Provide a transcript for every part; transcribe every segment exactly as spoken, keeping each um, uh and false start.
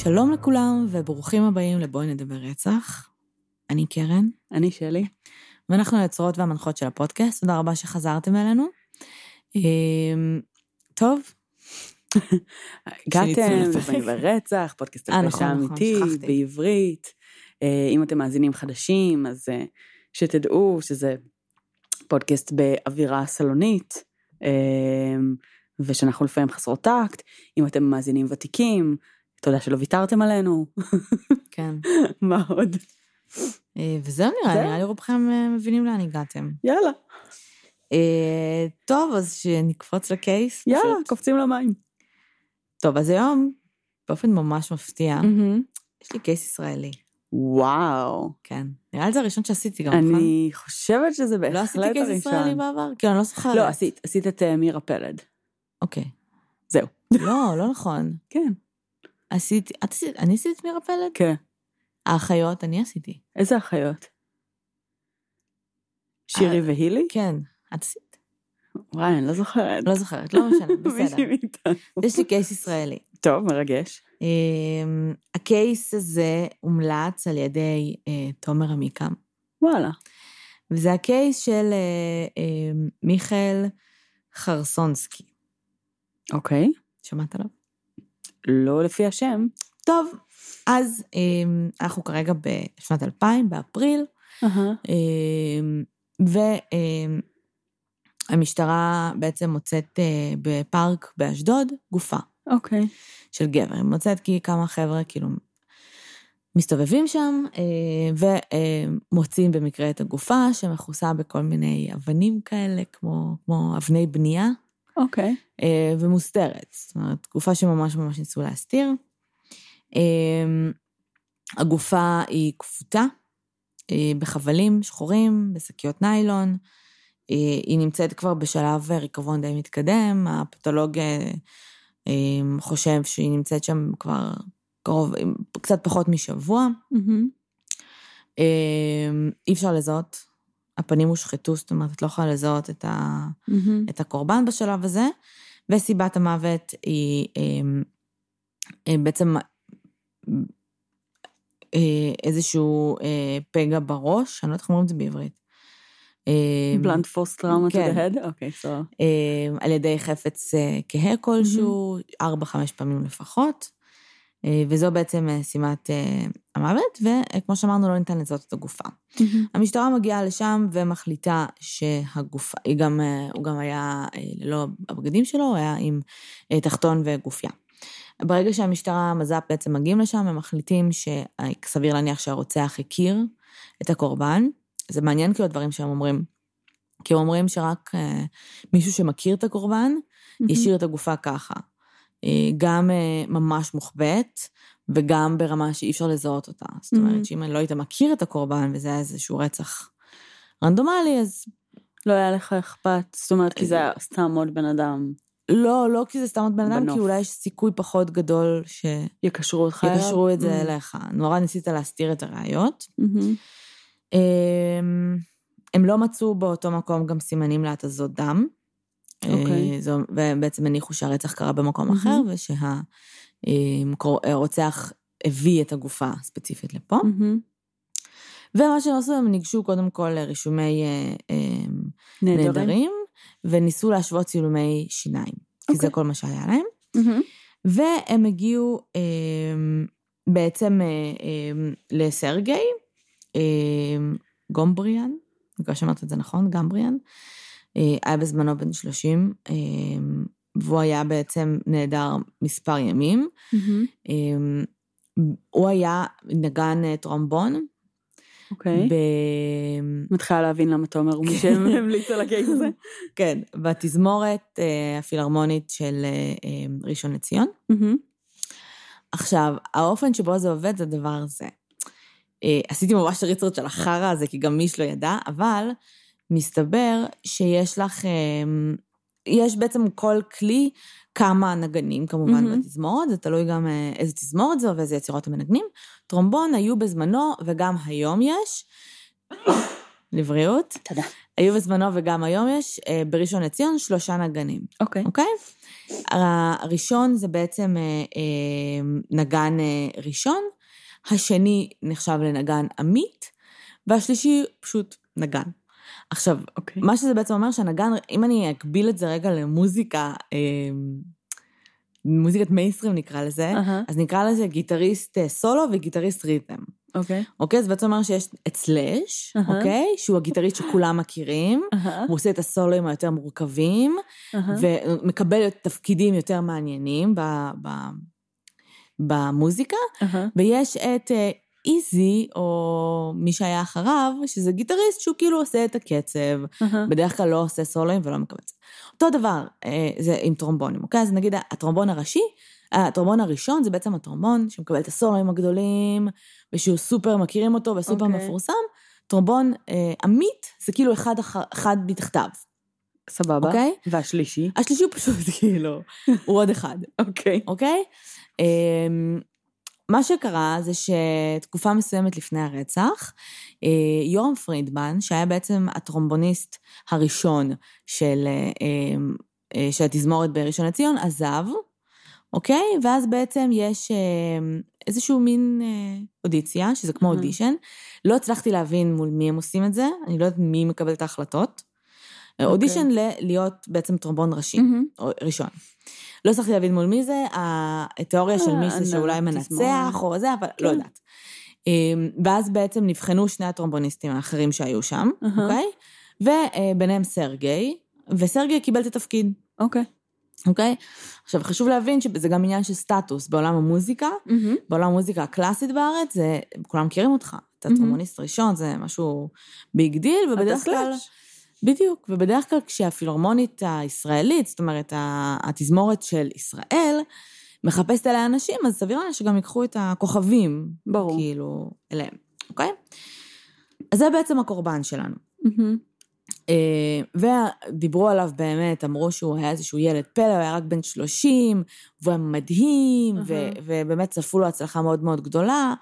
שלום לכולם וברוכים הבאים לבואי נדבר רצח. אני קרן. אני שלי. ואנחנו היוצרות והמנחות של הפודקאסט. תודה רבה שחזרתם אלינו. טוב. הגעתם לבואי נדבר רצח, פודקאסט על פשע אמיתי, בעברית. אם אתם מאזינים חדשים, אז שתדעו שזה פודקאסט באווירה סלונית, ושאנחנו לפעמים חסרות טקט. אם אתם מאזינים ותיקים, תודה שלא ויתרתם עלינו. כן. מה עוד? וזהו נראה, נראה לי רובכם מבינים לאן הגעתם. יאללה. טוב, אז שנקפוץ לקייס. יאללה, קופצים למים. טוב, אז היום, באופן ממש מפתיע, יש לי קייס ישראלי. וואו. כן. נראה לי זה הראשון שעשיתי גם. אני חושבת שזה בהחלט הראשון. לא עשיתי קייס ישראלי בעבר? כן, אני לא זוכרת. לא, עשית, עשית את מירה פלד. אוקיי. זהו. לא, לא נכון. כן. עשיתי, את עשית, אני עשיתי את מירה פלד? כן. האחיות, אני עשיתי. איזה אחיות? שירי והילי? כן, את עשית. וואי, אני לא זוכרת. לא זוכרת, לא משנה, בסדר. יש לי קייס ישראלי. טוב, מרגש. הקייס הזה הומלץ על ידי תומר עמיקם. וואלה. וזה הקייס של מיכאל חרסונסקי. אוקיי. שמעת עליו? לא לפי השם. טוב, אז אנחנו כרגע בשנת אלפיים, באפריל, והמשטרה בעצם מוצאת בפארק באשדוד גופה. אוקיי. של גבר. היא מוצאת כי כמה חבר'ה כאילו מסתובבים שם, ומוצאים במקרה את הגופה, שמכוסה בכל מיני אבנים כאלה, כמו, כמו אבני בנייה. אוקיי. ומוסתרת. זאת אומרת, גופה שממש ממש ניסו להסתיר. הגופה היא כפותה, בחבלים שחורים, בשקיות ניילון. היא נמצאת כבר בשלב ריקבון די מתקדם. הפתולוג חושב שהיא נמצאת שם כבר קרוב, קצת פחות משבוע. אי אפשר לזהות. הפנים הושחתו, זאת אומרת, את לא יכולה לזהות את, ה... mm-hmm. את הקורבן בשלב הזה, וסיבת המוות היא אה, בעצם אה, איזשהו אה, פגע בראש, אני לא יודעת איך אומרים את זה בעברית. בלנט פורס טראומה to the head? אוקיי, סבבה. על ידי חפץ אה, כהה כלשהו, mm-hmm. ארבע, חמש פעמים לפחות, אה, וזו בעצם סימת אה, המוות, וכמו שאמרנו, לא ניתן לזהות את הגופה. Mm-hmm. המשטרה מגיעה לשם ומחליטה שהגופה, היא גם, הוא גם היה ללא הבגדים שלו, הוא היה עם תחתון וגופיה. ברגע שהמשטרה המז"פ בעצם מגיעים לשם, הם מחליטים שסביר להניח שהרוצח הכיר את הקורבן. זה מעניין כאילו הדברים שהם אומרים, כי הם אומרים שרק מישהו שמכיר את הקורבן, mm-hmm. ישאיר את הגופה ככה. גם ממש מוחבאת, וגם ברמה שאי אפשר לזהות אותה. זאת אומרת, שאם אני לא היית מכיר את הקורבן, וזה היה איזשהו רצח רנדומלי, אז... לא היה לך אכפת, זאת אומרת, כי זה היה סתם עוד בן אדם. לא, לא כי זה סתם עוד בן אדם, כי אולי יש סיכוי פחות גדול ש... יקשרו אותך. יקשרו את זה אליך. נורא ניסית להסתיר את הראיות. הם לא מצאו באותו מקום גם סימנים להתזות דם. ובעצם הניחו שהרצח קרה במקום אחר, ושה... רוצח הביא את הגופה ספציפית לפה. ומה שהם עשו, הם ניגשו קודם כל לרישומי נהדרים, וניסו להשוות צילומי שיניים, כי זה כל מה שהיה להם. והם הגיעו בעצם לסרגי, גומבריאן, אני שמעת את זה נכון, גמבריאן, היה בזמנו בן שלושים, והוא היה בעצם נהדר מספר ימים. Mm-hmm. הוא היה נגן טרומבון. אוקיי. ב... מתחילה להבין למה תומר הוא מי שהמליץ על הקייס הזה. כן, בתזמורת הפילהרמונית של ראשון לציון. Mm-hmm. עכשיו, האופן שבו זה עובד זה הדבר הזה. עשיתי ממש ריצרות של החרה הזה, כי גם מיש לא ידע, אבל מסתבר שיש לך... יש בעצם כל כלי כמה נגנים, כמובן, mm-hmm. בתזמורת, זה תלוי גם איזה תזמורת זה, ואיזה יצירות המנגנים. טרומבון היו בזמנו, וגם היום יש, לבריאות. תודה. היו בזמנו וגם היום יש, בראשון לציון שלושה נגנים. אוקיי. אוקיי? הראשון זה בעצם נגן ראשון, השני נחשב לנגן עמית, והשלישי פשוט נגן. עכשיו, okay. מה שזה בעצם אומר שהנגן, אם אני אקביל את זה רגע למוזיקה, מוזיקת מיינסטרים נקרא לזה, uh-huh. אז נקרא לזה גיטריסט סולו וגיטריסט ריתם. אוקיי. Okay. אוקיי, okay, זה בעצם אומר שיש את סלאש, uh-huh. אוקיי, okay, שהוא הגיטריסט שכולם מכירים, uh-huh. הוא עושה את הסולוים היותר מורכבים, uh-huh. ומקבל תפקידים יותר מעניינים ב, ב, במוזיקה, uh-huh. ויש את איזי, או מי שהיה אחריו, שזה גיטריסט שהוא כאילו עושה את הקצב, uh-huh. בדרך כלל לא עושה סולוים ולא מקבץ. אותו דבר, זה עם טרומבונים, אוקיי? אז נגיד, הטרומבון הראשי, הטרומבון הראשון זה בעצם הטרומבון שמקבל את הסולוים הגדולים, ושהוא סופר מכירים אותו וסופר okay. מפורסם. טרומבון אה, עמית זה כאילו אחד, אחד מתחתיו. סבבה. אוקיי? והשלישי? השלישי הוא פשוט כאילו, הוא עוד אחד. אוקיי. אוקיי? אה, מה שקרה זה שתקופה מסוימת לפני הרצח, אה, יורם פרידמן, שהיה בעצם הטרומבוניסט הראשון של, אה, אה, של התזמורת בראשון לציון, עזב, אוקיי? ואז בעצם יש אה, איזשהו מין אה, אודיציה, שזה כמו אודישן. לא הצלחתי להבין מול מי הם עושים את זה, אני לא יודעת מי מקבל את ההחלטות. Okay. אודישן להיות בעצם טרומבון ראשי, mm-hmm. או ראשון. לא הצלחתי להבין מול מי זה, התיאוריה של מי זה שאולי מנצח או זה, אבל לא יודעת. ואז בעצם נבחנו שני הטרומבוניסטים האחרים שהיו שם, אוקיי? וביניהם סרגי, וסרגי קיבל את התפקיד. אוקיי. אוקיי? עכשיו, חשוב להבין שזה גם עניין של סטטוס בעולם המוזיקה, בעולם המוזיקה הקלאסית בארץ, זה, כולם מכירים אותך, אתה טרומבוניסט ראשון, זה משהו ביג דיל, ובדרך כלל, בדיוק, ובדרך כלל כשהפילהרמונית הישראלית, זאת אומרת, התזמורת של ישראל, מחפשת אליי אנשים, אז סביר לנו שגם ייקחו את הכוכבים, ברור. כאילו, אליהם, אוקיי? אז זה בעצם הקורבן שלנו. ודיברו עליו באמת, אמרו שהוא היה איזשהו ילד פלא, הוא היה רק בן שלושים, והוא היה מדהים, ובאמת צפו לו הצלחה מאוד מאוד גדולה,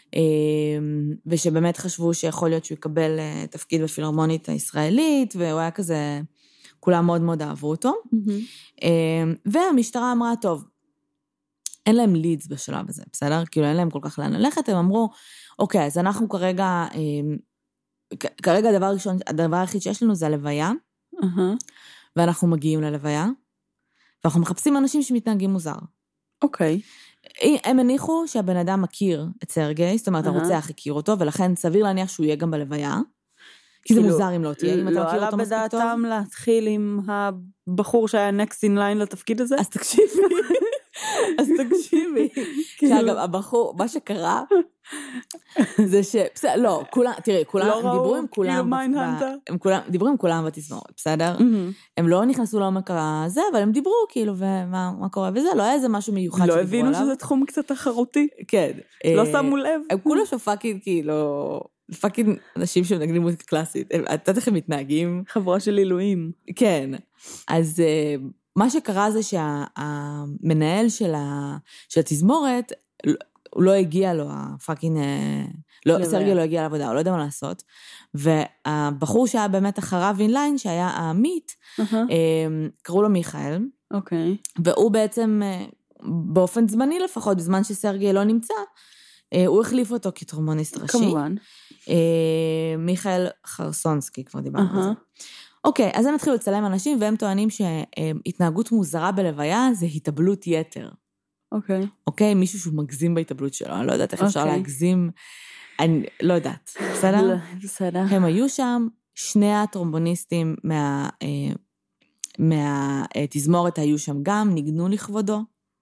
ושבאמת חשבו שיכול להיות שהוא יקבל תפקיד בפילהרמונית הישראלית, והוא היה כזה, כולם מאוד מאוד אהבו אותו. והמשטרה אמרה, טוב, אין להם לידס בשלב הזה, בסדר? כאילו אין להם כל כך לאן ללכת, הם אמרו, אוקיי, אז אנחנו כרגע, כרגע הדבר הראשון, הדבר היחיד שיש לנו זה הלוויה, ואנחנו מגיעים ללוויה, ואנחנו מחפשים אנשים שמתנהגים מוזר. אוקיי. הם הניחו שהבן אדם מכיר את סרגי, זאת אומרת, הרוצח הכיר אותו, ולכן סביר להניח שהוא יהיה גם בלוויה, כי זה מוזר אם לא תהיה, אם אתה מכיר אותו מספיק טוב. לא עלה בדעתם להתחיל עם הבחור שהיה next in line לתפקיד הזה? אז תקשיבי. אז תקשיבי. שאגב, הבחור, מה שקרה, זה ש... לא, כולם, תראי, כולם, הם דיברו עם כולם, הם דיברו עם כולם בתזמורת, בסדר? הם לא נכנסו לעומק הזה, אבל הם דיברו, כאילו, ומה קורה וזה, לא היה איזה משהו מיוחד שדיברו עליו. לא הבינו שזה תחום קצת תחרותי? כן. לא שמו לב? הם כולם שפאקינג, כאילו, פאקינג אנשים שמנגנים מוזיקה קלאסית, את יודעת איך הם מתנהגים? חברה של עילויים. כן. אז... מה שקרה זה שהמנהל של התזמורת, הוא לא הגיע לו, הפאקינג, סרגי לא הגיע לעבודה, הוא לא יודע מה לעשות, והבחור שהיה באמת אחריו אינליין, שהיה העמית, קראו לו מיכאל, והוא בעצם, באופן זמני לפחות, בזמן שסרגי לא נמצא, הוא החליף אותו כטרומבוניסט ראשי. כמובן. מיכאל חרסונסקי, כבר דיברנו על זה. אוקיי, אז הם התחילו לצלם אנשים, והם טוענים שהתנהגות מוזרה בלוויה זה התאבלות יתר. אוקיי. אוקיי, מישהו שהוא מגזים בהתאבלות שלו, אני לא יודעת איך אפשר להגזים, אני לא יודעת, בסדר? בסדר. הם היו שם, שני הטרומבוניסטים מהתזמורת היו שם גם, ניגנו לכבודו.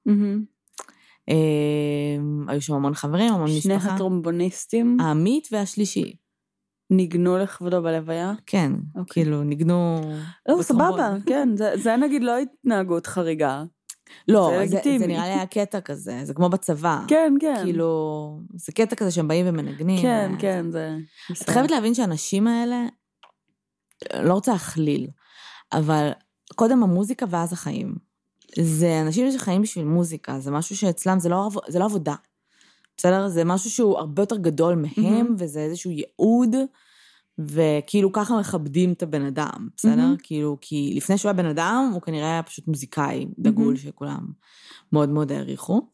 היו שם המון חברים, המון משפחה. שני הטרומבוניסטים? העמית והשלישי. ניגנו לכבודו בלוויה? כן, okay. כאילו, ניגנו... לא, סבבה, כן, זה, זה נגיד לא התנהגות חריגה. לא, זה, זה, זה נראה לי היה קטע כזה, זה כמו בצבא. כן, כן. כאילו, זה קטע כזה שהם באים ומנגנים. כן, ו... כן, זה... את חייבת להבין שהאנשים האלה, לא רוצה להכליל, אבל קודם המוזיקה ואז החיים. זה אנשים שחיים בשביל מוזיקה, זה משהו שאצלם זה לא, זה לא עבודה. בסדר? זה משהו שהוא הרבה יותר גדול מהם, mm-hmm. וזה איזשהו ייעוד וכאילו ככה מכבדים את הבן אדם, בסדר? Mm-hmm. כאילו, כי לפני שהוא היה בן אדם, הוא כנראה היה פשוט מוזיקאי דגול, mm-hmm. שכולם מאוד מאוד העריכו.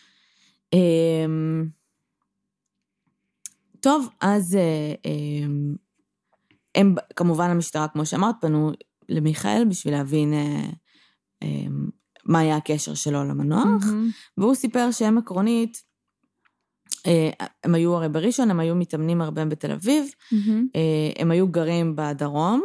טוב, אז הם, הם, כמובן המשטרה, כמו שאמרת, פנו למיכאל בשביל להבין מה היה הקשר שלו למנוח, mm-hmm. והוא סיפר שהם עקרונית, הם היו הרי בראשון, הם היו מתאמנים הרבה בתל אביב, mm-hmm. הם היו גרים בדרום,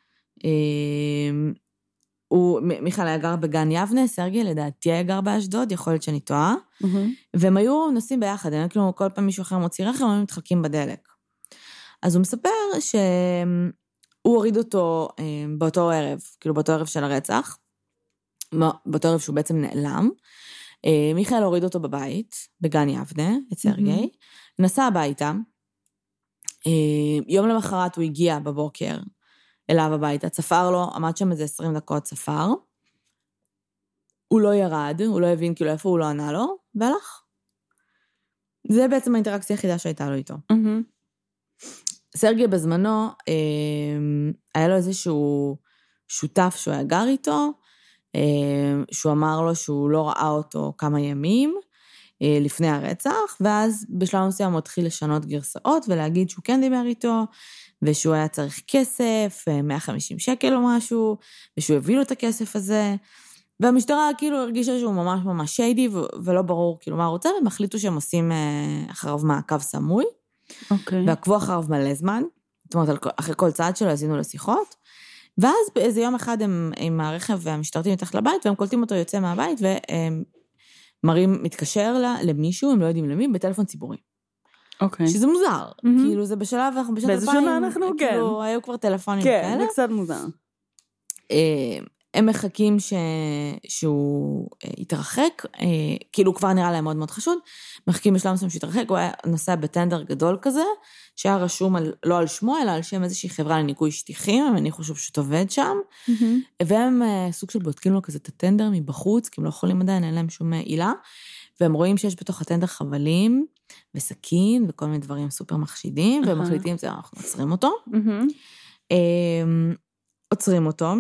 הוא, מיכאל היה גר בגן יבנה, סרגי לדעתי היה גר באשדוד, יכול להיות שאני טועה, mm-hmm. והם היו נוסעים ביחד, הם כאילו כל פעם מישהו אחר מוציא רכב, הם היו מתחלקים בדלק. אז הוא מספר שהוא הוריד אותו באותו ערב, כאילו באותו ערב של הרצח, באותו ערב שהוא בעצם נעלם, מיכאל הוריד אותו בבית, בגן יבנה, את סרגי, mm-hmm. נסע הביתה, יום למחרת הוא הגיע בבוקר אליו הביתה, צפר לו, עמד שם איזה עשרים דקות צפר, הוא לא ירד, הוא לא הבין כאילו איפה הוא לא ענה לו, והלך. זה בעצם האינטראקציה היחידה שהייתה לו איתו. Mm-hmm. סרגי בזמנו, היה לו איזשהו שותף שהוא היה גר איתו, שהוא אמר לו שהוא לא ראה אותו כמה ימים לפני הרצח, ואז בשלב מסוים הוא התחיל לשנות גרסאות ולהגיד שהוא כן דיבר איתו, ושהוא היה צריך כסף, מאה וחמישים שקל או משהו, ושהוא הביא לו את הכסף הזה, והמשטרה כאילו הרגישה שהוא ממש ממש שיידי, ולא ברור כאילו מה הוא רוצה, והם החליטו שהם עושים אחריו מעקב סמוי, okay. ועקבו אחריו מלא זמן, זאת אומרת, אחרי כל צעד שלו עשינו לו שיחות, ואז באיזה יום אחד הם עם הרכב והמשטרתים מתחת לבית, והם קולטים אותו יוצא מהבית, והם מראים, מתקשר לה, למישהו, הם לא יודעים למי, בטלפון ציבורי. אוקיי. שזה מוזר. Mm-hmm. כאילו זה בשלב, אנחנו בשלב באיזה שנה אנחנו, כן. כאילו, היו כבר טלפונים כן, כאלה. כן, זה קצת מוזר. הם מחכים ש... שהוא יתרחק, כאילו כבר נראה להם מאוד מאוד חשוד, מחכים בשלב מסוים שיתרחק, הוא היה נוסע בטנדר גדול כזה, שהיה רשום על, לא על שמו, אלא על שם איזושהי חברה לניקוי שטיחים, הם הניחו שהוא פשוט עובד שם, mm-hmm. והם סוג של בודקים לו כזה את הטנדר מבחוץ, כי הם לא יכולים עדיין, אין להם שום עילה, והם רואים שיש בתוך הטנדר חבלים, וסכין, וכל מיני דברים סופר מחשידים, uh-huh. והם מחליטים, זה אנחנו עוצרים אותו, mm-hmm. עוצרים אותו,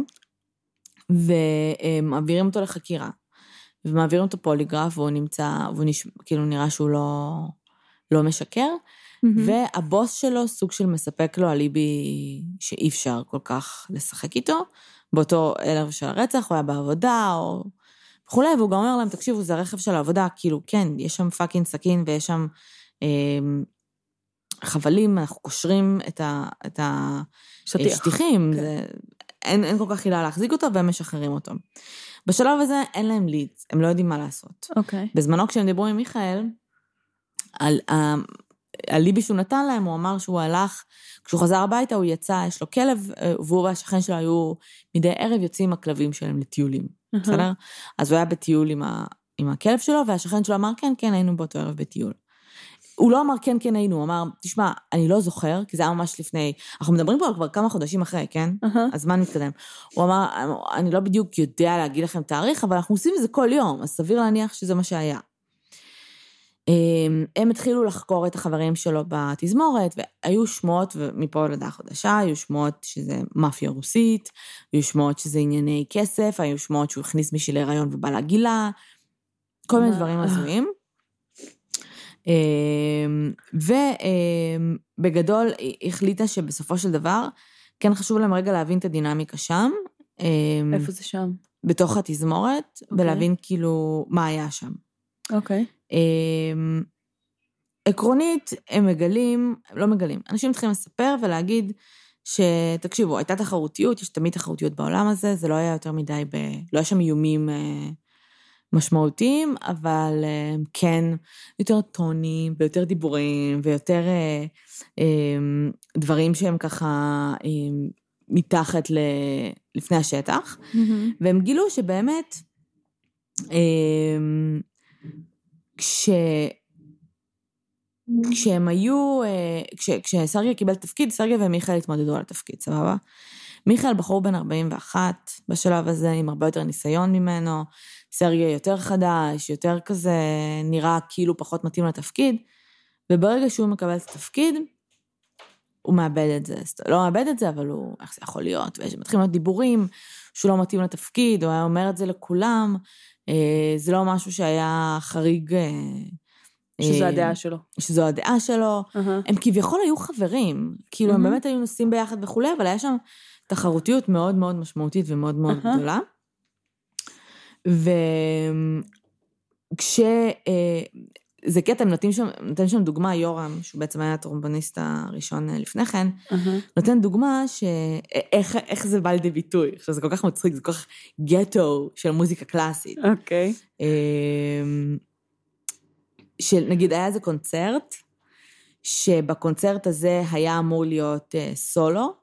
ומעבירים אותו לחקירה, ומעבירים אותו פוליגרף, והוא נמצא, והוא נש... כאילו נראה שהוא לא, לא משקר, mm-hmm. והבוס שלו סוג של מספק לו אליבי שאי אפשר כל כך לשחק איתו, באותו ערב של הרצח, הוא היה בעבודה, או וכולי, והוא גם אומר להם, תקשיבו, זה הרכב של העבודה, כאילו, כן, יש שם פאקינג סכין, ויש שם אה, חבלים, אנחנו קושרים את ה... את השטיחים, זה... אין, אין כל כך חילה להחזיק אותו, והם משחררים אותו. בשלב הזה אין להם לידס, הם לא יודעים מה לעשות. אוקיי. בזמנו כשהם דיברו עם מיכאל, על הליבי שהוא נתן להם, הוא אמר שהוא הלך, כשהוא חזר הביתה, הוא יצא, יש לו כלב, והוא והשכן שלו היו מדי ערב יוצאים עם הכלבים שלהם לטיולים. בסדר? אז הוא היה בטיול עם, ה, עם הכלב שלו, והשכן שלו אמר, כן, כן, היינו באותו ערב בטיול. הוא לא אמר כן, כן היינו, הוא אמר, תשמע, אני לא זוכר, כי זה היה ממש לפני, אנחנו מדברים פה כבר כמה חודשים אחרי, כן? Uh-huh. הזמן מתקדם. הוא אמר, אני לא בדיוק יודע להגיד לכם תאריך, אבל אנחנו עושים את זה כל יום, אז סביר להניח שזה מה שהיה. הם התחילו לחקור את החברים שלו בתזמורת, והיו שמועות, ומפה הולדה חדשה, היו שמועות שזה מאפיה רוסית, היו שמועות שזה ענייני כסף, היו שמועות שהוא הכניס מישהי להיריון ובא להגילה, כל מיני דברים הזויים. ובגדול החליטה שבסופו של דבר, כן חשוב להם רגע להבין את הדינמיקה שם. איפה זה שם? בתוך התזמורת, ולהבין כאילו מה היה שם. אוקיי. עקרונית, הם מגלים, לא מגלים, אנשים מתחילים לספר ולהגיד שתקשיבו, הייתה תחרותיות, יש תמיד תחרותיות בעולם הזה, זה לא היה יותר מדי, ב... לא היה שם איומים משמעותיים, אבל כן, יותר טונים, ויותר דיבורים, ויותר דברים שהם ככה מתחת לפני השטח, והם גילו שבאמת, כש... כשהם היו, כש... כשסרגיה קיבל תפקיד, סרגיה ומיכאל התמודדו על התפקיד, סבבה? מיכאל בחור בן ארבעים ואחת, בשלב הזה, עם הרבה יותר ניסיון ממנו, סרגיה יותר חדש, יותר כזה, נראה כאילו פחות מתאים לתפקיד, וברגע שהוא מקבל את התפקיד, הוא מאבד את זה, לא מאבד את זה, אבל הוא, איך זה יכול להיות, ומתחילים להיות דיבורים, שהוא לא מתאים לתפקיד, הוא היה אומר את זה לכולם, זה לא משהו שהיה חריג, שזו הדעה שלו. שזו הדעה שלו, הם כביכול היו חברים, כאילו הם באמת היו נוסעים ביחד וכו', אבל היה שם תחרותיות מאוד מאוד משמעותית ומאוד מאוד גדולה, וכש... זה קטע, נותן שם, נותן שם דוגמה, יורם, שהוא בעצם היה הטרומבוניסט הראשון לפני כן, נותן דוגמה שאיך איך זה בא לידי ביטוי. עכשיו, זה כל כך מצחיק, זה כל כך גטו של מוזיקה קלאסית. אוקיי. שנגיד, היה איזה קונצרט, שבקונצרט הזה היה אמור להיות סולו,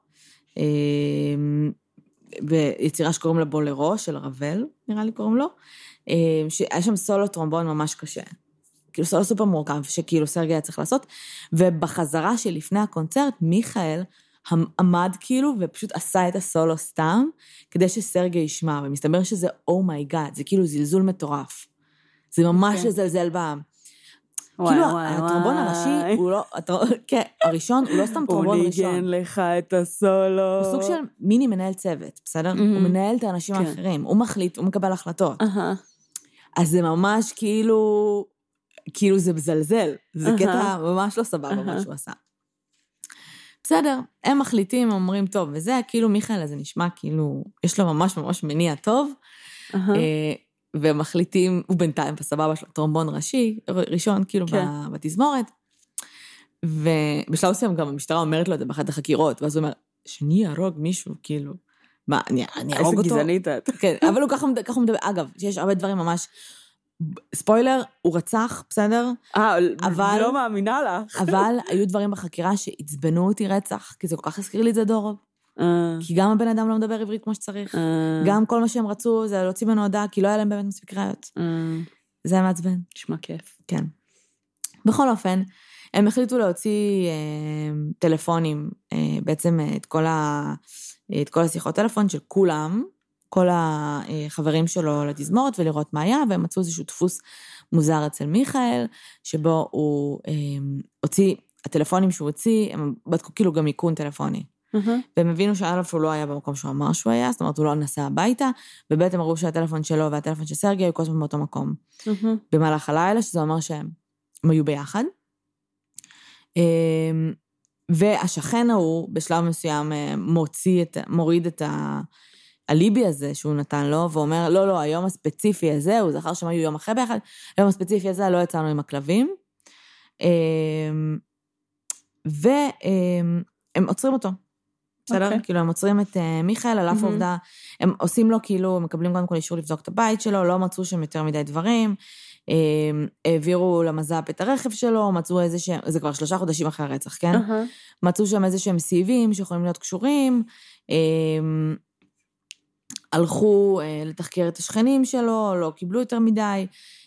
ביצירה שקוראים לה בולרו, של רבל, נראה לי קוראים לו, שהיה שם סולו טרומבון ממש קשה. כאילו סולו סופר מורכב, שכאילו סרגי היה צריך לעשות, ובחזרה שלפני הקונצרט, מיכאל עמד כאילו, ופשוט עשה את הסולו סתם, כדי שסרגי ישמע, ומסתבר שזה, אומייגאד, זה כאילו זלזול מטורף. זה ממש לזלזל בעם. כאילו, הטרומבון הראשי, הוא לא, כן, הראשון, הוא לא סתם טרומבון ראשון. הוא ניגן לך את הסולו. הוא סוג של מיני מנהל צוות, בסדר? הוא מנהל את האנשים האחרים, הוא מחליט, הוא מקבל החלטות. אז זה ממש כאילו... כאילו זה בזלזל, זה קטע ממש לא סבבה מה שהוא עשה. בסדר, הם מחליטים, אומרים טוב, וזה כאילו מיכאל הזה נשמע כאילו, יש לו ממש ממש מניע טוב, ומחליטים, הוא בינתיים בסבבה של טרומבון ראשי, ראשון כאילו בתזמורת, ובשלב מסוים גם המשטרה אומרת לו את זה באחת החקירות, ואז הוא אומר, שאני ארוג מישהו, כאילו, מה, אני ארוג אותו? איזה גזענית את. כן, אבל הוא ככה הוא מדבר, אגב, שיש הרבה דברים ממש, ספוילר, הוא רצח, בסדר? אה, לא מאמינה לך. אבל היו דברים בחקירה שהצבנו אותי רצח, כי זה כל כך הזכיר לי את זה דורוב. כי גם הבן אדם לא מדבר עברית כמו שצריך. גם כל מה שהם רצו זה להוציא ממנו הודעה, כי לא היה להם באמת מספיק ראיות. זה היה מעצבן. נשמע כיף. כן. בכל אופן, הם החליטו להוציא טלפונים, בעצם את כל ה... את כל השיחות טלפון של כולם, כל החברים שלו לתזמורת ולראות מה היה, והם מצאו איזשהו דפוס מוזר אצל מיכאל, שבו הוא הוציא, הטלפונים שהוא הוציא, הם בדקו כאילו גם עיקון טלפוני. והם הבינו שאלף הוא לא היה במקום שהוא אמר שהוא היה, זאת אומרת הוא לא נסע הביתה, ובית הם ראו שהטלפון שלו והטלפון של סרגי היו כל הזמן באותו מקום. במהלך הלילה, שזה אומר שהם היו ביחד. והשכן ההוא בשלב מסוים מוציא את, מוריד את ה... הליבי הזה שהוא נתן לו, ואומר, לא, לא, היום הספציפי הזה, הוא זכר שהם היו יום אחרי ביחד, היום הספציפי הזה לא יצאנו עם הכלבים, והם עוצרים אותו, בסדר? כאילו, הם עוצרים את מיכאל, על אף העובדה, הם עושים לו כאילו, הם מקבלים קודם כל אישור לבדוק את הבית שלו, לא מצאו שם יותר מדי דברים, העבירו למז"פ את הרכב שלו, מצאו איזה שהם, זה כבר שלושה חודשים אחרי הרצח, כן? מצאו שם איזה שהם סיבים שיכולים להיות קשורים, הלכו לתחקר את השכנים שלו, לא קיבלו יותר מדי,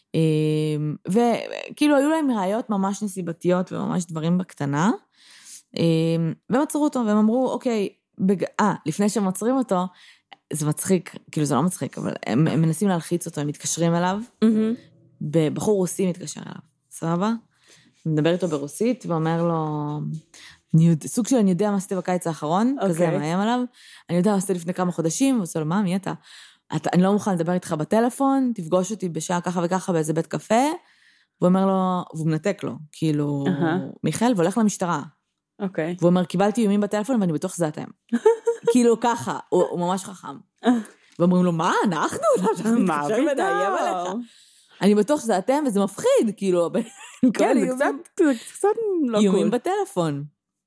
וכאילו היו להם ראיות ממש נסיבתיות וממש דברים בקטנה, והם עצרו אותו, והם אמרו, אוקיי, אה, לפני שהם עוצרים אותו, זה מצחיק, כאילו זה לא מצחיק, אבל הם, הם מנסים להלחיץ אותו, הם מתקשרים אליו, בחור רוסי מתקשר אליו, סבבה? מדבר איתו ברוסית, ואומר לו, סוג של אני יודע מה עשיתי בקיץ האחרון, כזה מאיים עליו, אני יודע מה עשיתי לפני כמה חודשים, ועושה לו, מה, מי אתה? אני לא מוכן לדבר איתך בטלפון, תפגוש אותי בשעה ככה וככה באיזה בית קפה, והוא אומר לו, והוא מנתק לו, כאילו, מיכאל, והולך למשטרה. אוקיי. והוא אומר, קיבלתי איומים בטלפון, ואני בטוח שזה אתם. כאילו ככה, הוא ממש חכם. ואומרים לו, מה, אנחנו? מה, פתאום? אני בטוח שזה אתם, וזה מפחיד, כאילו, כן, זה קצת לא קול. איומים בטלפון.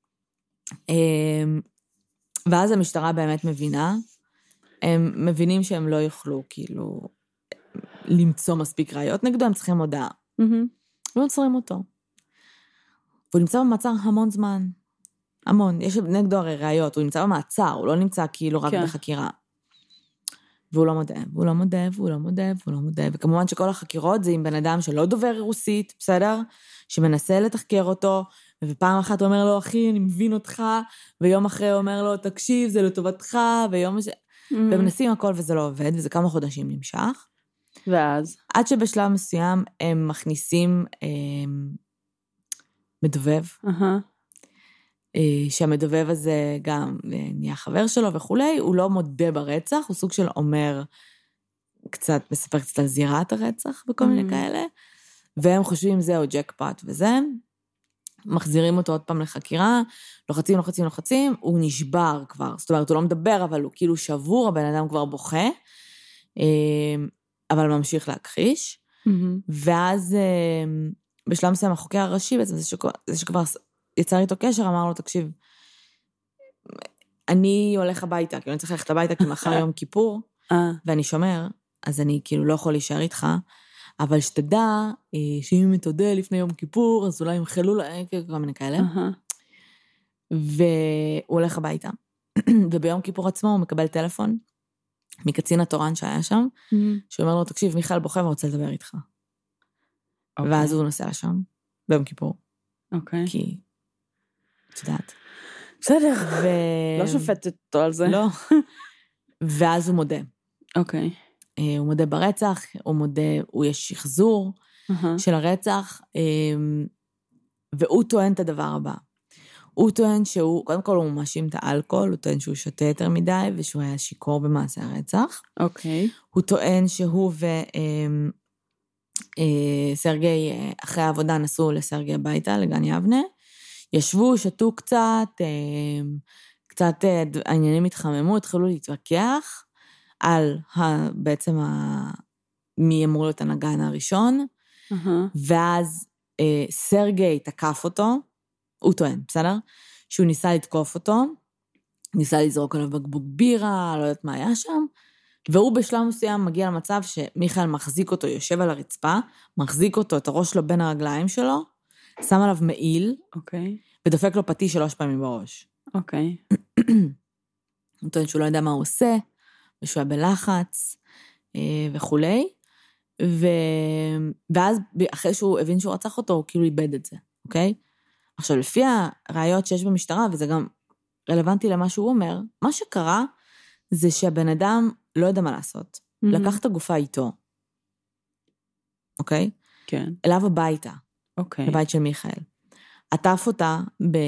ואז המשטרה באמת מבינה, הם מבינים שהם לא יוכלו, כאילו, למצוא מספיק ראיות נגדו, הם צריכים הודעה. ועוצרים אותו. והוא נמצא במעצר המון זמן. המון. יש נגדו הרי ראיות, הוא נמצא במעצר, הוא לא נמצא כאילו רק בחקירה. והוא לא מודה, והוא לא מודה, והוא לא מודה, והוא לא מודה. וכמובן שכל החקירות זה עם בן אדם שלא דובר רוסית, בסדר? שמנסה לתחקר אותו, ופעם אחת הוא אומר לו, אחי, אני מבין אותך, ויום אחרי הוא אומר לו, תקשיב, זה לטובתך, ויום ש... ומנסים הכל וזה לא עובד, וזה כמה חודשים נמשך. ואז? עד שבשלב מסוים הם מכניסים אה, מדובב, שהמדובב הזה גם נהיה חבר שלו וכולי, הוא לא מודה ברצח, הוא סוג של אומר, קצת, מספר קצת על זירת הרצח וכל mm-hmm. מיני כאלה, והם חושבים זהו ג'קפוט וזה, מחזירים אותו עוד פעם לחקירה, לוחצים, לוחצים, לוחצים, הוא נשבר כבר, זאת אומרת, הוא לא מדבר, אבל הוא כאילו שבור, הבן אדם כבר בוכה, אבל ממשיך להכחיש, mm-hmm. ואז בשלב מסוים החוקר הראשי, בעצם זה שכבר, זה שכבר יצר איתו קשר, אמר לו, תקשיב, אני הולך הביתה, כי אני צריך ללכת הביתה, כי מחר יום כיפור, ואני שומר, אז אני כאילו לא יכול להישאר איתך, אבל שתדע, שאם מתודה לפני יום כיפור, אז אולי ימחלו לה, כל מיני כאלה. והוא הולך הביתה. וביום כיפור עצמו הוא מקבל טלפון, מקצין התורן שהיה שם, שאומר לו, תקשיב, מיכאל בוכה ורוצה לדבר איתך. ואז הוא נוסע לשם, ביום כיפור. אוקיי. כי, את יודעת. בסדר. לא שופטת אותו על זה. לא. ואז הוא מודה. אוקיי. הוא מודה ברצח, הוא מודה, הוא יש שחזור של הרצח, והוא טוען את הדבר הבא. הוא טוען שהוא, קודם כל הוא מאשים את האלכוהול, הוא טוען שהוא שותה יותר מדי, ושהוא היה שיקור במעשה הרצח. אוקיי. הוא טוען שהוא וסרגי, אחרי העבודה נסעו לסרגי הביתה, לגן יבנה, ישבו, שתו קצת, קצת העניינים התחממו, התחילו להתווכח, על ה, בעצם ה, מי אמור להיות הנגן הראשון, uh-huh. ואז אה, סרגי תקף אותו, הוא טוען, בסדר? שהוא ניסה לתקוף אותו, ניסה לזרוק עליו בקבוק בירה, לא יודעת מה היה שם, והוא בשלב מסוים מגיע למצב שמיכאל מחזיק אותו, יושב על הרצפה, מחזיק אותו, את הראש שלו בין הרגליים שלו, שם עליו מעיל, okay. ודופק לו פטיש שלוש פעמים בראש. אוקיי. Okay. הוא טוען שהוא לא יודע מה הוא עושה, ושהוא היה בלחץ וכולי, ו... ואז אחרי שהוא הבין שהוא רצח אותו, הוא כאילו איבד את זה, אוקיי? עכשיו, לפי הראיות שיש במשטרה, וזה גם רלוונטי למה שהוא אומר, מה שקרה זה שהבן אדם לא יודע מה לעשות. Mm-hmm. לקח את הגופה איתו, אוקיי? כן. אליו הביתה, אוקיי. לבית של מיכאל. עטף אותה ב...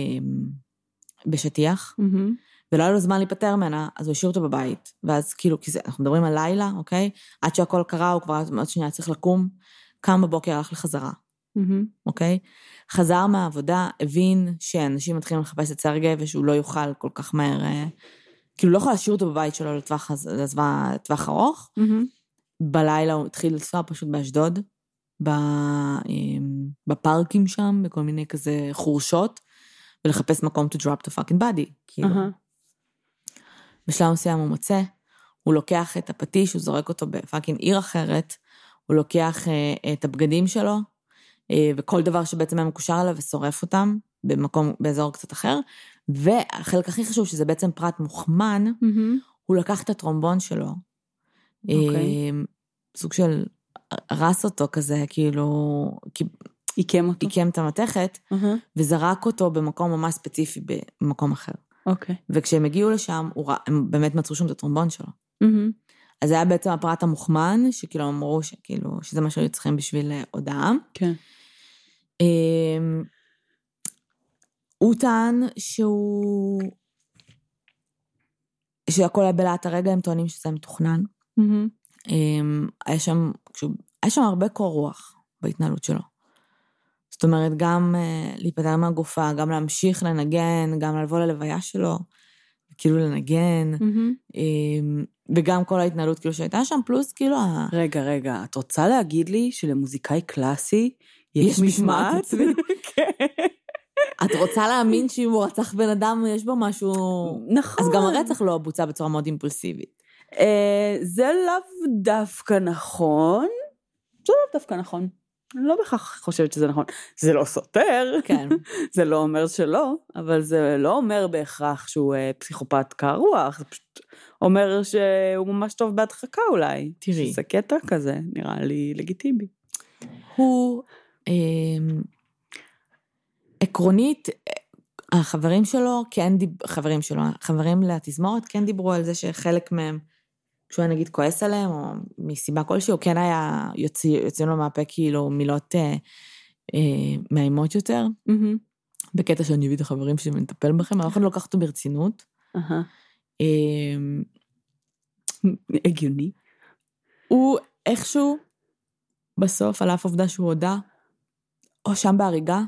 בשטיח, mm-hmm. ולא היה לו זמן להיפטר ממנה, אז הוא השאיר אותו בבית, ואז כאילו, כי זה, אנחנו מדברים על לילה, אוקיי? עד שהכל קרה, הוא כבר עוד שנייה צריך לקום, קם בבוקר, הלך לחזרה, mm-hmm. אוקיי? חזר מהעבודה, הבין שאנשים מתחילים לחפש את סרגי, ושהוא לא יוכל כל כך מהר, כאילו לא יכול להשאיר אותו בבית שלו לטווח, לטווח ארוך, mm-hmm. בלילה הוא התחיל לנסוע פשוט באשדוד, בפארקים שם, בכל מיני כזה חורשות, ולחפש מקום to drop the fucking body, כאילו. Uh-huh. בשלב מסוים הוא מוצא, הוא לוקח את הפטיש, הוא זורק אותו בפאקינג עיר אחרת, הוא לוקח uh, את הבגדים שלו, uh, וכל דבר שבעצם היה מקושר עליו, ושורף אותם, במקום, באזור קצת אחר, והחלק הכי חשוב, שזה בעצם פרט מוכמן, mm-hmm. הוא לקח את הטרומבון שלו, okay. uh, סוג של רס אותו כזה, כאילו, עיקם אותו. עיקם את המתכת, uh-huh. וזרק אותו במקום ממש ספציפי, במקום אחר. אוקיי. Okay. וכשהם הגיעו לשם, הם באמת מצאו שם את הטרומבון שלו. Mm-hmm. אז זה היה בעצם הפרט המוכמן, שכאילו אמרו שכאילו, שזה מה שהיו צריכים בשביל הודעה. כן. Okay. הוא טען שהוא, שהכל היה בלעת הרגע, הם טוענים שזה מתוכנן. Mm-hmm. היה שם, היה שם הרבה קור רוח בהתנהלות שלו. זאת אומרת, גם uh, להיפטר מהגופה, גם להמשיך לנגן, גם לבוא ללוויה שלו, כאילו לנגן, mm-hmm. um, וגם כל ההתנהלות כאילו שהייתה שם, פלוס כאילו... רגע, רגע, את רוצה להגיד לי שלמוזיקאי קלאסי יש, יש משמעת? כן. את רוצה להאמין שאם הוא רצח בן אדם, יש בו משהו... נכון. אז גם הרצח לא בוצע בצורה מאוד אימפולסיבית. Uh, זה לאו דווקא נכון. זה לאו דווקא נכון. אני לא בכך חושבת שזה נכון. זה לא סותר, כן. זה לא אומר שלא, אבל זה לא אומר בהכרח שהוא פסיכופת קרוח, זה פשוט אומר שהוא ממש טוב בהדחקה אולי. תראי. זה קטע כזה, נראה לי לגיטימי. הוא, אה, עקרונית, החברים שלו, כן דיב... חברים שלו, חברים לתזמורת, כן דיברו על זה שחלק מהם, כשהוא היה נגיד כועס עליהם, או מסיבה כלשהי, הוא כן היה יוצא, יוצאים לו מהפה כאילו מילות אה, אה, מאיימות יותר, mm-hmm. בקטע שאני אביא את החברים שלי ונטפל בכם, אבל אני לא לקחת אותו ברצינות. הגיוני. הוא איכשהו, בסוף, על אף עובדה שהוא הודע, או שם בהריגה,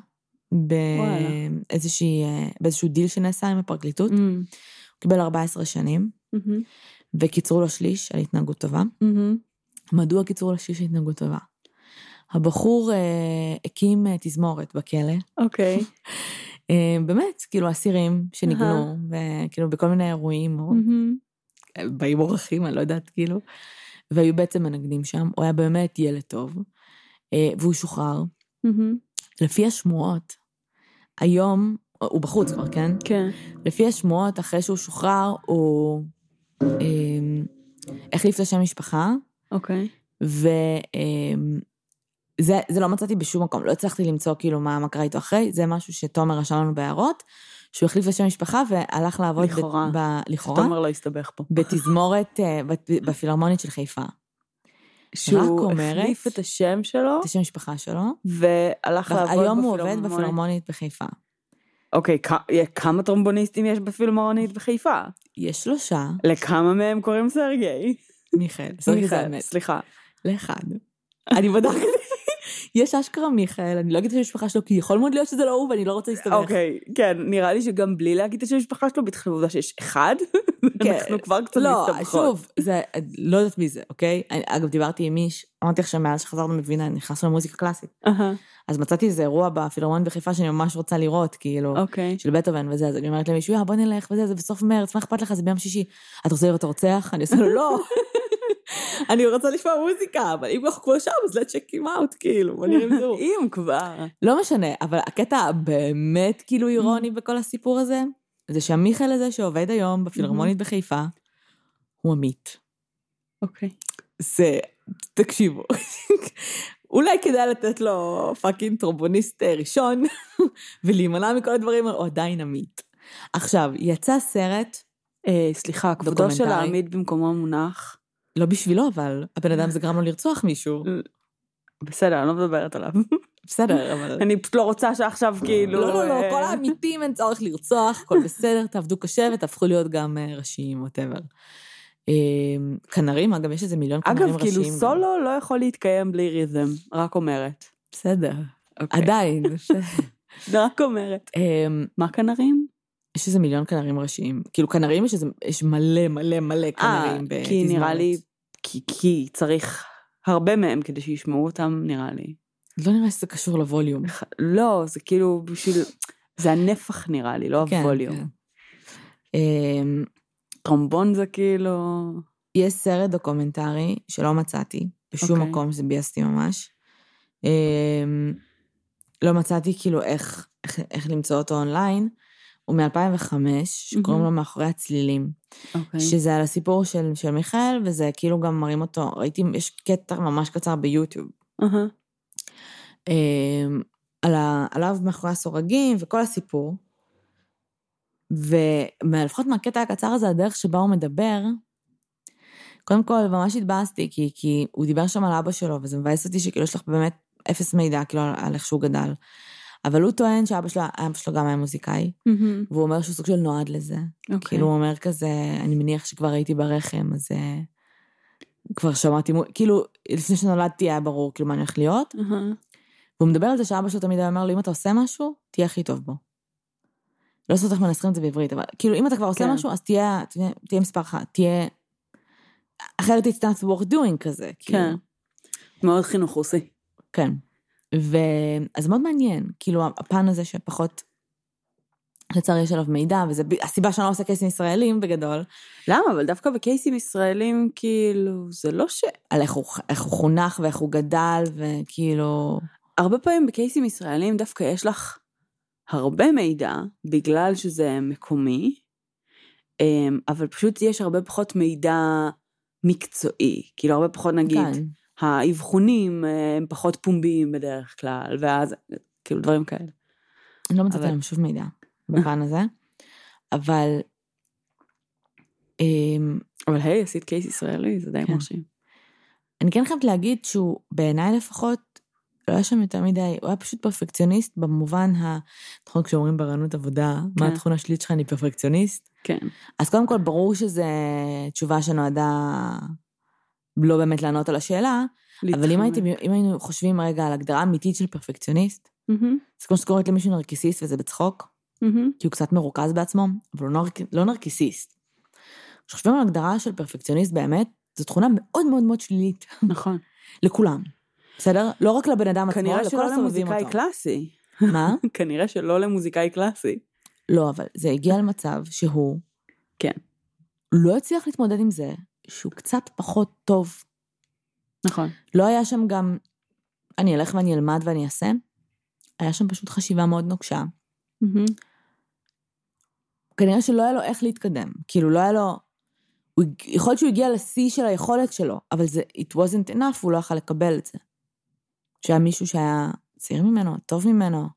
באיזשהו דיל שנעשה עם הפרקליטות, הוא קיבל ארבע עשרה שנים, וקיצרו לו שליש על התנהגות טובה. מדוע קיצרו לו שליש על התנהגות טובה? הבחור הקים תזמורת בכלא. אוקיי. באמת, כאילו, אסירים שניגנו, וכאילו, בכל מיני אירועים, באים אורחים, אני לא יודעת, כאילו, והיו בעצם מנגנים שם, הוא היה באמת ילד טוב, והוא שוחרר. לפי השמועות, היום, הוא בחוץ כבר, כן? כן. לפי השמועות, אחרי שהוא שוחרר, הוא החליף את השם משפחה. אוקיי. וזה לא מצאתי בשום מקום, לא הצלחתי למצוא כאילו מה קרה איתו אחרי, זה משהו שתומר רשם לנו בהערות, שהוא החליף את השם משפחה והלך לעבוד לכאורה. לכאורה. תומר לא הסתבך פה. בתזמורת, בפילהרמונית של חיפה. שהוא החליף את השם שלו. את השם משפחה שלו. והלך לעבוד בפילהרמונית. היום הוא עובד בפילהרמונית בחיפה. אוקיי, כמה טרומבוניסטים יש בפילהרמונית בחיפה? יש שלושה. לכמה מהם קוראים סרגי? מיכאל. מיכאל, סליחה. לאחד. אני בדקתי. יש אשכרה מיכאל, אני לא אגיד את המשפחה שלו, כי יכול מאוד להיות שזה לא הוא, ואני לא רוצה להסתבך. אוקיי, כן, נראה לי שגם בלי להגיד את המשפחה שלו, בתחילה עובדה שיש אחד, אנחנו כבר קצת מסתבכות. לא, שוב, זה, לא יודעת מי זה, אוקיי? אגב, דיברתי עם מיש, אמרתי לך שמאז שחזרנו מבינה, נכנסנו למוזיקה קלאסית. אז מצאתי איזה אירוע בפילהרמונית בחיפה, שאני ממש רוצה לראות, כאילו, של בטהובן וזה, אז אני אומרת למישהו, יא, בוא נלך, וזה, זה בסוף מרץ, מה אכפת לך? זה ביום שישי. אתה רוצה לראות הרוצח? אני עושה לו, לא. אני רוצה לשמוע מוזיקה, אבל אם אנחנו כבר שם, אז let's check him out, כאילו, בוא נראה אם זהו. אם כבר. לא משנה, אבל הקטע באמת כאילו אירוני בכל הסיפור הזה, זה שהמיכאל הזה שעובד היום בפילהרמונית בחיפה, הוא עמית. אוקיי. זה, תקשיבו, אולי כדאי לתת לו פאקינג טרומבוניסט ראשון, ולהימנע מכל הדברים, הוא עדיין עמית. עכשיו, יצא סרט, סליחה, כבודו של העמית במקומו מונח, לא בשבילו, אבל הבן אדם זה גרם לו לרצוח מישהו. בסדר, אני לא מדברת עליו. בסדר, אבל... אני פשוט לא רוצה שעכשיו כאילו... לא, לא, לא, כל האמיתים אין צורך לרצוח, הכל בסדר, תעבדו קשה ותהפכו להיות גם ראשיים, whatever. כנרים, אגב, יש איזה מיליון כנרים ראשיים. אגב, כאילו סולו לא יכול להתקיים בלי ריזם, רק אומרת. בסדר, עדיין. רק אומרת. מה כנרים? יש איזה מיליון כנרים ראשיים. כאילו, כנרים יש מלא, מלא, מלא כנרים בתזמורת. כי נראה לי, כי צריך הרבה מהם כדי שישמעו אותם, נראה לי. לא נראה שזה קשור לווליום. לא, זה כאילו בשביל, זה הנפח נראה לי, לא הווליום. טרומבון זה כאילו... יש סרט דוקומנטרי שלא מצאתי, בשום מקום שזה ביאסתי ממש. לא מצאתי כאילו איך למצוא אותו אונליין, הוא מ-אלפיים וחמש, שקוראים לו מאחורי הצלילים. שזה על הסיפור של מיכאל, וזה כאילו גם מראים אותו, ראיתי, יש קטע ממש קצר ביוטיוב. עליו מאחורי הסורגים, וכל הסיפור. ולפחות מהקטע הקצר הזה, הדרך שבה הוא מדבר, קודם כל, ממש התבאסתי, כי, כי הוא דיבר שם על אבא שלו, וזה מבאס אותי שכאילו יש לך באמת אפס מידע, כאילו על איך שהוא גדל. אבל הוא טוען שאבא שלו, אבא שלו גם היה מוזיקאי, והוא אומר שהוא סוג של נועד לזה. כאילו הוא אומר כזה, אני מניח שכבר הייתי ברחם, אז כבר שמעתי, כאילו, לפני שנולדתי היה ברור, כאילו מה אני הולך להיות. והוא מדבר על זה שאבא שלו תמיד אומר לו, אם אתה עושה משהו, תהיה הכי טוב בו. לא לעשות איך מנסחים את זה בעברית, אבל כאילו, אם אתה כבר עושה משהו, אז תהיה, תהיה מספר אחת, תהיה, אחרת it's not worth doing כזה. כן. מאוד חינוך רוסי. כן. ואז מאוד מעניין, כאילו, הפן הזה שפחות, לצערי יש עליו מידע, וזה הסיבה שאני לא עושה קייסים ישראלים בגדול. למה? אבל דווקא בקייסים ישראלים, כאילו, זה לא ש... על איך הוא, איך הוא חונך ואיך הוא גדל, וכאילו... הרבה פעמים בקייסים ישראלים דווקא יש לך הרבה מידע, בגלל שזה מקומי, אבל פשוט יש הרבה פחות מידע מקצועי, כאילו הרבה פחות נגיד, כן. האבחונים הם פחות פומביים בדרך כלל, ואז כאילו דברים כאלה. אני לא מצאת להם שוב מידע בפן הזה, אבל... אבל היי, עשית קייס ישראלי, זה די מרשים. אני כן חייבת להגיד שהוא בעיניי לפחות, לא היה שם יותר מדי, הוא היה פשוט פרפקציוניסט במובן ה... נכון, כשאומרים ברענות עבודה, מה התכונה שלילית שלך, אני פרפקציוניסט? כן. אז קודם כל, ברור שזו תשובה שנועדה לא באמת לענות על השאלה, אבל אם, הייתי, אם היינו חושבים רגע על הגדרה אמיתית של פרפקציוניסט, זה כמו שקוראת למישהו נרקיסיסט, וזה בצחוק, כי הוא קצת מרוכז בעצמו, אבל הוא לא נרקיסיסט. כשחושבים על הגדרה של פרפקציוניסט באמת, זו תכונה מאוד מאוד מאוד שלילית. נכון. לכולם. בסדר? לא רק לבן אדם עצמו, כנראה שלא למוזיקאי קלאסי. מה? כנראה שלא למוזיקאי קלאסי. לא, אבל זה הגיע למצב שהוא... כן. לא הצליח להתמודד עם זה, שהוא קצת פחות טוב. נכון. לא היה שם גם... אני אלך ואני אלמד ואני אעשה. היה שם פשוט חשיבה מאוד נוקשה. כנראה שלא היה לו איך להתקדם. כאילו, לא היה לו... יכול להיות שהוא הגיע לשיא של היכולת שלו, אבל זה, it wasn't enough, הוא לא יכול לקבל את זה. שהיה מישהו שהיה צעיר ממנו, טוב ממנו.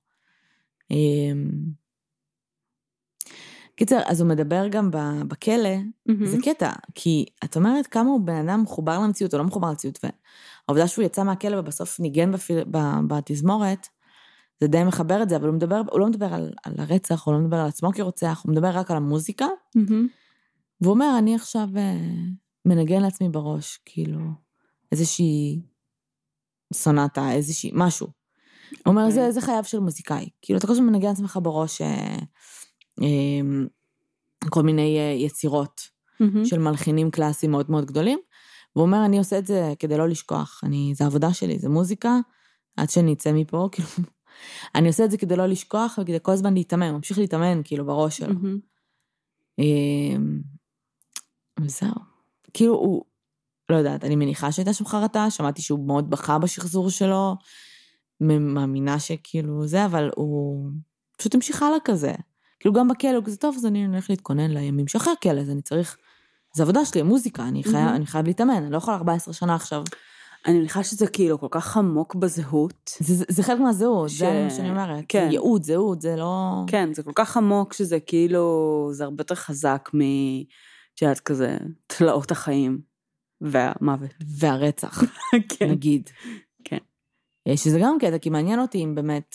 קיצר, אז הוא מדבר גם בכלא, mm-hmm. זה קטע, כי את אומרת כמה הוא בן אדם מחובר למציאות, או לא מחובר למציאות, והעובדה שהוא יצא מהכלא ובסוף ניגן בפיל, בתזמורת, זה די מחבר את זה, אבל הוא, מדבר, הוא לא מדבר על, על הרצח, הוא לא מדבר על עצמו כרוצח, הוא מדבר רק על המוזיקה, mm-hmm. והוא אומר, אני עכשיו מנגן לעצמי בראש, כאילו, איזושהי סונטה, איזושהי, משהו. הוא אומר, זה, זה חייו של מוזיקאי. כאילו, אתה כל הזמן מנגן לעצמך בראש אה, אה, כל מיני יצירות mm-hmm. של מלחינים קלאסיים מאוד מאוד גדולים, והוא אומר, אני עושה את זה כדי לא לשכוח. אני, זה עבודה שלי, זה מוזיקה, עד שאני אצא מפה, כאילו, אני עושה את זה כדי לא לשכוח, וכדי כל הזמן להתאמן, ממשיך להתאמן, כאילו, בראש שלו. Mm-hmm. אה, וזהו. כאילו הוא, לא יודעת, אני מניחה שהייתה שם חרטה, שמעתי שהוא מאוד בכה בשחזור שלו, מאמינה שכאילו זה, אבל הוא פשוט המשיך הלאה כזה. כאילו גם בכלא הוא כזה טוב, אז אני הולך להתכונן לימים שאחרי הכלא, אז אני צריך, זה עבודה שלי, מוזיקה, אני חייב, אני חייב להתאמן, אני לא יכול ארבע עשרה שנה עכשיו. אני מניחה שזה כאילו כל כך עמוק בזהות. זה, זה חלק מהזהות, ש... זה מה שאני אומרת. כן. זה ייעוד, זהות, זה לא... כן, זה כל כך עמוק שזה כאילו, זה הרבה יותר חזק מ... שאת כזה, תלאות החיים, והמוות. והרצח, כן. נגיד. כן. שזה גם קטע, כי מעניין אותי אם באמת,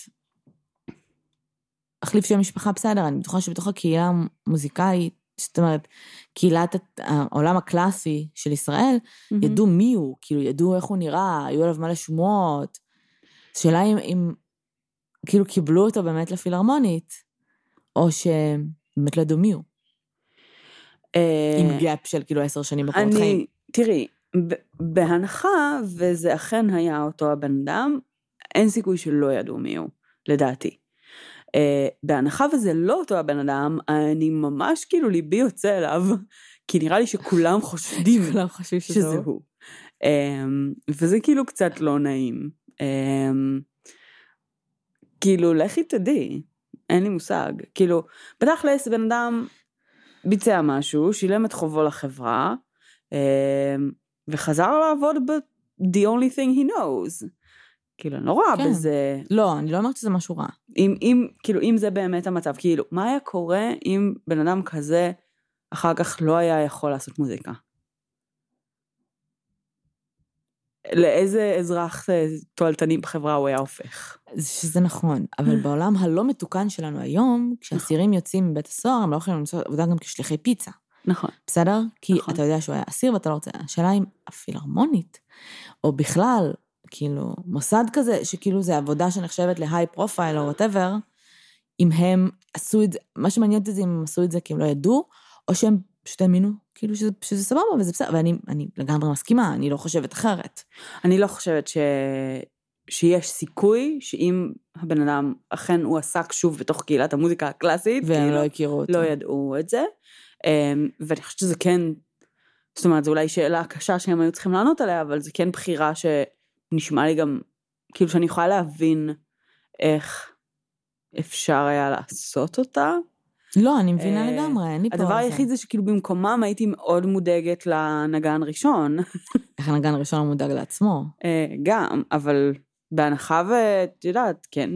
החליף של המשפחה בסדר, אני בטוחה שבתוך הקהילה המוזיקאית, זאת אומרת, קהילת העולם הקלאסי של ישראל, mm-hmm. ידעו מי הוא, כאילו ידעו איך הוא נראה, היו עליו מלא שמועות, שאלה אם, אם כאילו קיבלו אותו באמת לפילהרמונית, או שבאמת לא ידעו מי הוא. עם גאפ של כאילו עשר שנים בקורות חיים. תראי, בהנחה, וזה אכן היה אותו הבן אדם, אין סיכוי שלא ידעו מי הוא, לדעתי. בהנחה וזה לא אותו הבן אדם, אני ממש כאילו ליבי יוצא אליו, כי נראה לי שכולם חושדים שזה הוא. וזה כאילו קצת לא נעים. כאילו, לכי תדעי, אין לי מושג. כאילו, בתכלס בן אדם... ביצע משהו, שילם את חובו לחברה, וחזר לעבוד ב-the only thing he knows. כאילו, אני לא רואה כן. בזה... לא, אני לא אומרת שזה משהו רע. אם, אם, כאילו, אם זה באמת המצב, כאילו, מה היה קורה אם בן אדם כזה, אחר כך לא היה יכול לעשות מוזיקה? לאיזה אזרח תועלתני בחברה הוא היה הופך? שזה נכון, אבל בעולם הלא מתוקן שלנו היום, כשאסירים יוצאים מבית הסוהר, הם לא יכולים לעשות עבודה גם כשליחי פיצה. נכון. בסדר? כי אתה יודע שהוא היה אסיר ואתה לא רוצה. השאלה אם הפילהרמונית, או בכלל, כאילו, מוסד כזה, שכאילו זה עבודה שנחשבת להיי פרופייל או whatever, אם הם עשו את זה, מה שמעניין אותי זה אם הם עשו את זה כי הם לא ידעו, או שהם פשוט האמינו, כאילו שזה, שזה סבבה וזה בסדר, ואני אני לגמרי מסכימה, אני לא חושבת אחרת. אני לא חושבת ש... שיש סיכוי שאם הבן אדם אכן הוא עסק שוב בתוך קהילת המוזיקה הקלאסית, והם כאילו, לא הכירו אותו. לא ידעו את זה, ואני חושבת שזה כן, זאת אומרת, זו אולי שאלה קשה שהם היו צריכים לענות עליה, אבל זה כן בחירה שנשמע לי גם, כאילו שאני יכולה להבין איך אפשר היה לעשות אותה. לא, אני מבינה לגמרי, אני פה. הדבר היחיד זה שכאילו במקומם הייתי מאוד מודאגת לנגן ראשון. איך הנגן ראשון מודאג לעצמו? גם, אבל בהנחה ואת יודעת, כן,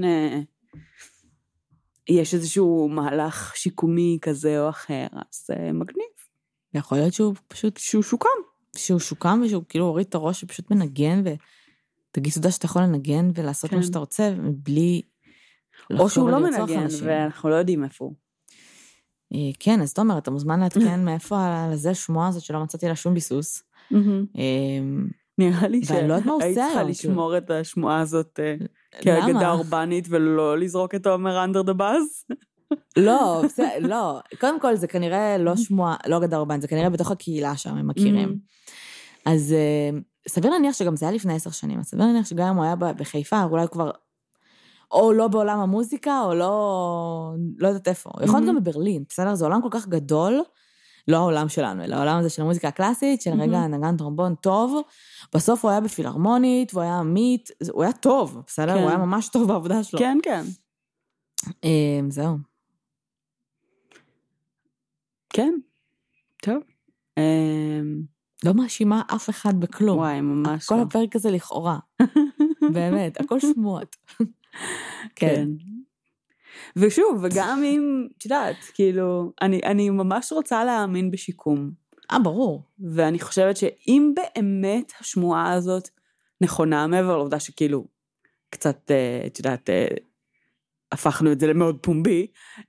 יש איזשהו מהלך שיקומי כזה או אחר, אז מגניב. יכול להיות שהוא פשוט... שהוא שוקם. שהוא שוקם ושהוא כאילו הוריד את הראש ופשוט מנגן ו... תגיד תודה שאתה יכול לנגן ולעשות כן. מה שאתה רוצה, בלי... או שהוא לא מנגן, ואנחנו לא יודעים איפה הוא. כן, אז תומר, אתה מוזמן להתקן מאיפה על זה שמועה הזאת שלא מצאתי לה שום ביסוס. נראה לי שהיית צריכה היום, לשמור את השמועה הזאת כאגדה אורבנית, ולא לזרוק את עומר אנדר דה באז. לא, לא. קודם כל זה כנראה לא שמועה, לא אגדה אורבנית, זה כנראה בתוך הקהילה שם, הם מכירים. אז סביר להניח שגם זה היה לפני עשר שנים, סביר להניח שגם אם הוא היה בחיפה, אולי הוא כבר... או לא בעולם המוזיקה, או לא, לא יודעת איפה. יכול להיות גם בברלין, בסדר? זה עולם כל כך גדול, לא העולם שלנו, אלא העולם הזה של המוזיקה הקלאסית, של רגע נגן טרומבון טוב, בסוף הוא היה בפילהרמונית, והוא היה עמית, הוא היה טוב, בסדר? הוא היה ממש טוב בעבודה שלו. כן, כן. זהו. כן, טוב. לא מאשימה אף אחד בכלום. וואי, ממש. כל הפרק הזה לכאורה. באמת, הכל שמועות. כן. ושוב, וגם אם, את יודעת, כאילו, אני, אני ממש רוצה להאמין בשיקום. אה, ברור. ואני חושבת שאם באמת השמועה הזאת נכונה, מעבר לעובדה שכאילו, קצת, את יודעת, הפכנו את זה למאוד פומבי,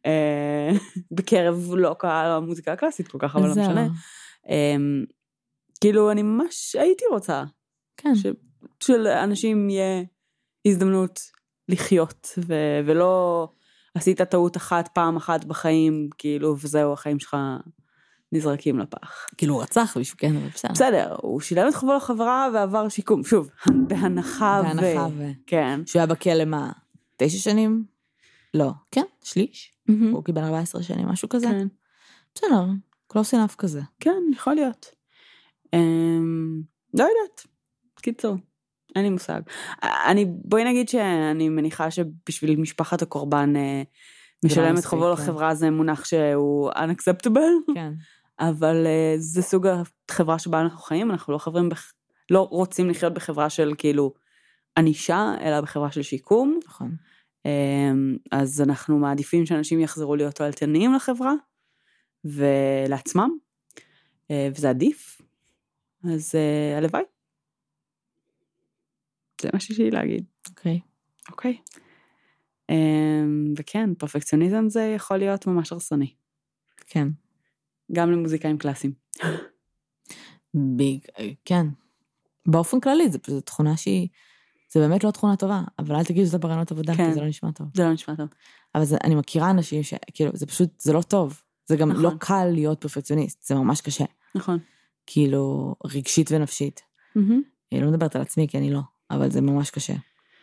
בקרב לא קהל המוזיקה הקלאסית כל כך, אבל לא משנה. כאילו, אני ממש הייתי רוצה. כן. שלאנשים יהיה הזדמנות לחיות, ו- ולא עשית טעות אחת פעם אחת בחיים, כאילו, וזהו, החיים שלך נזרקים לפח. כאילו, הוא רצח מישהו, כן, אבל בסדר. בסדר, הוא שילם את חובו לחברה ועבר שיקום, שוב, בהנחה ו... בהנחה ו... כן. שהוא היה בכלא מה? תשע שנים? לא. כן, שליש. הוא קיבל ארבע עשרה שנים, משהו כזה. כן. בסדר, לא סינף כזה. כן, יכול להיות. לא יודעת. קיצור. אין לי מושג. אני, בואי נגיד שאני מניחה שבשביל משפחת הקורבן משלם את חובו לחברה, זה מונח שהוא unacceptable. כן. אבל זה סוג החברה שבה אנחנו חיים, אנחנו לא חברים, לא רוצים לחיות בחברה של כאילו ענישה, אלא בחברה של שיקום. נכון. אז אנחנו מעדיפים שאנשים יחזרו להיות תועלתניים לחברה, ולעצמם, וזה עדיף. אז הלוואי. זה מה שיש לי להגיד. אוקיי. אוקיי. וכן, פרפקציוניזם זה יכול להיות ממש הרסני. כן. גם למוזיקאים קלאסיים. ביג, כן. באופן כללי, זו תכונה שהיא, זה באמת לא תכונה טובה, אבל אל תגידו שזה ברעיונות עבודה, כי זה לא נשמע טוב. זה לא נשמע טוב. אבל אני מכירה אנשים שכאילו, זה פשוט, זה לא טוב. זה גם לא קל להיות פרפקציוניסט, זה ממש קשה. נכון. כאילו, רגשית ונפשית. אני לא מדברת על עצמי, כי אני לא. אבל זה ממש קשה.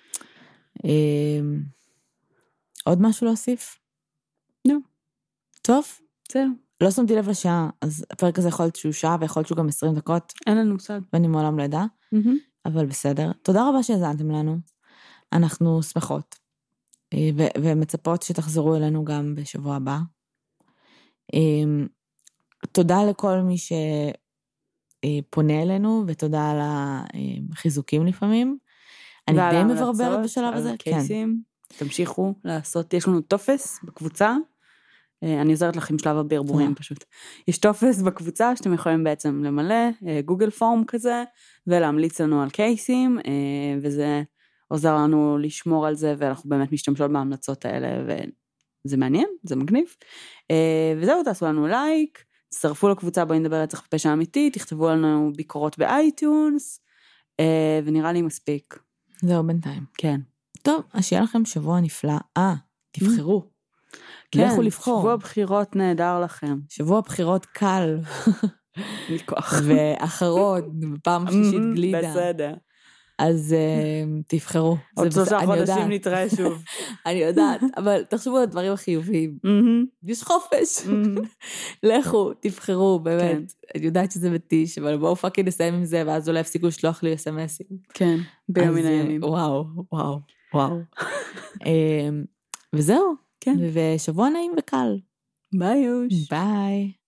עוד משהו להוסיף? לא. טוב? זהו. לא שמתי לב לשעה, אז הפרק הזה יכול להיות שהוא שעה, ויכול להיות שהוא גם עשרים דקות. אין לנו מושג. ואני מעולם לא ידע, אבל בסדר. תודה רבה שהזנתם לנו. אנחנו שמחות, ומצפות שתחזרו אלינו גם בשבוע הבא. תודה לכל מי שפונה אלינו, ותודה על החיזוקים לפעמים. אני די מברברת בשלב הזה. קייסים, תמשיכו לעשות, יש לנו טופס בקבוצה, אני עוזרת לך עם שלב הברבורים פשוט. יש טופס בקבוצה שאתם יכולים בעצם למלא, גוגל פורם כזה, ולהמליץ לנו על קייסים, וזה עוזר לנו לשמור על זה, ואנחנו באמת משתמשות בהמלצות האלה, וזה מעניין, זה מגניב. וזהו, תעשו לנו לייק, תצטרפו לקבוצה בואי נדבר רצח ופשע אמיתי, תכתבו לנו ביקורות באייטונס, ונראה לי מספיק. זהו בינתיים. כן. טוב, אז שיהיה לכם שבוע נפלא. אה, תבחרו. כן, לכו לבחור. שבוע בחירות נהדר לכם. שבוע בחירות קל. מכוח. ואחרון, בפעם שלישית גלידה. בסדר. אז תבחרו. עוד שלושה חודשים נתראה שוב. אני יודעת, אבל תחשבו על הדברים החיוביים. יש חופש. לכו, תבחרו, באמת. אני יודעת שזה מתיש, אבל בואו פאקינג נסיים עם זה, ואז אולי הפסיקו לשלוח לי אס-אמסים. כן, ביום מן הימים. וואו, וואו, וואו. וזהו. ושבוע נעים וקל. ביי יוש. ביי.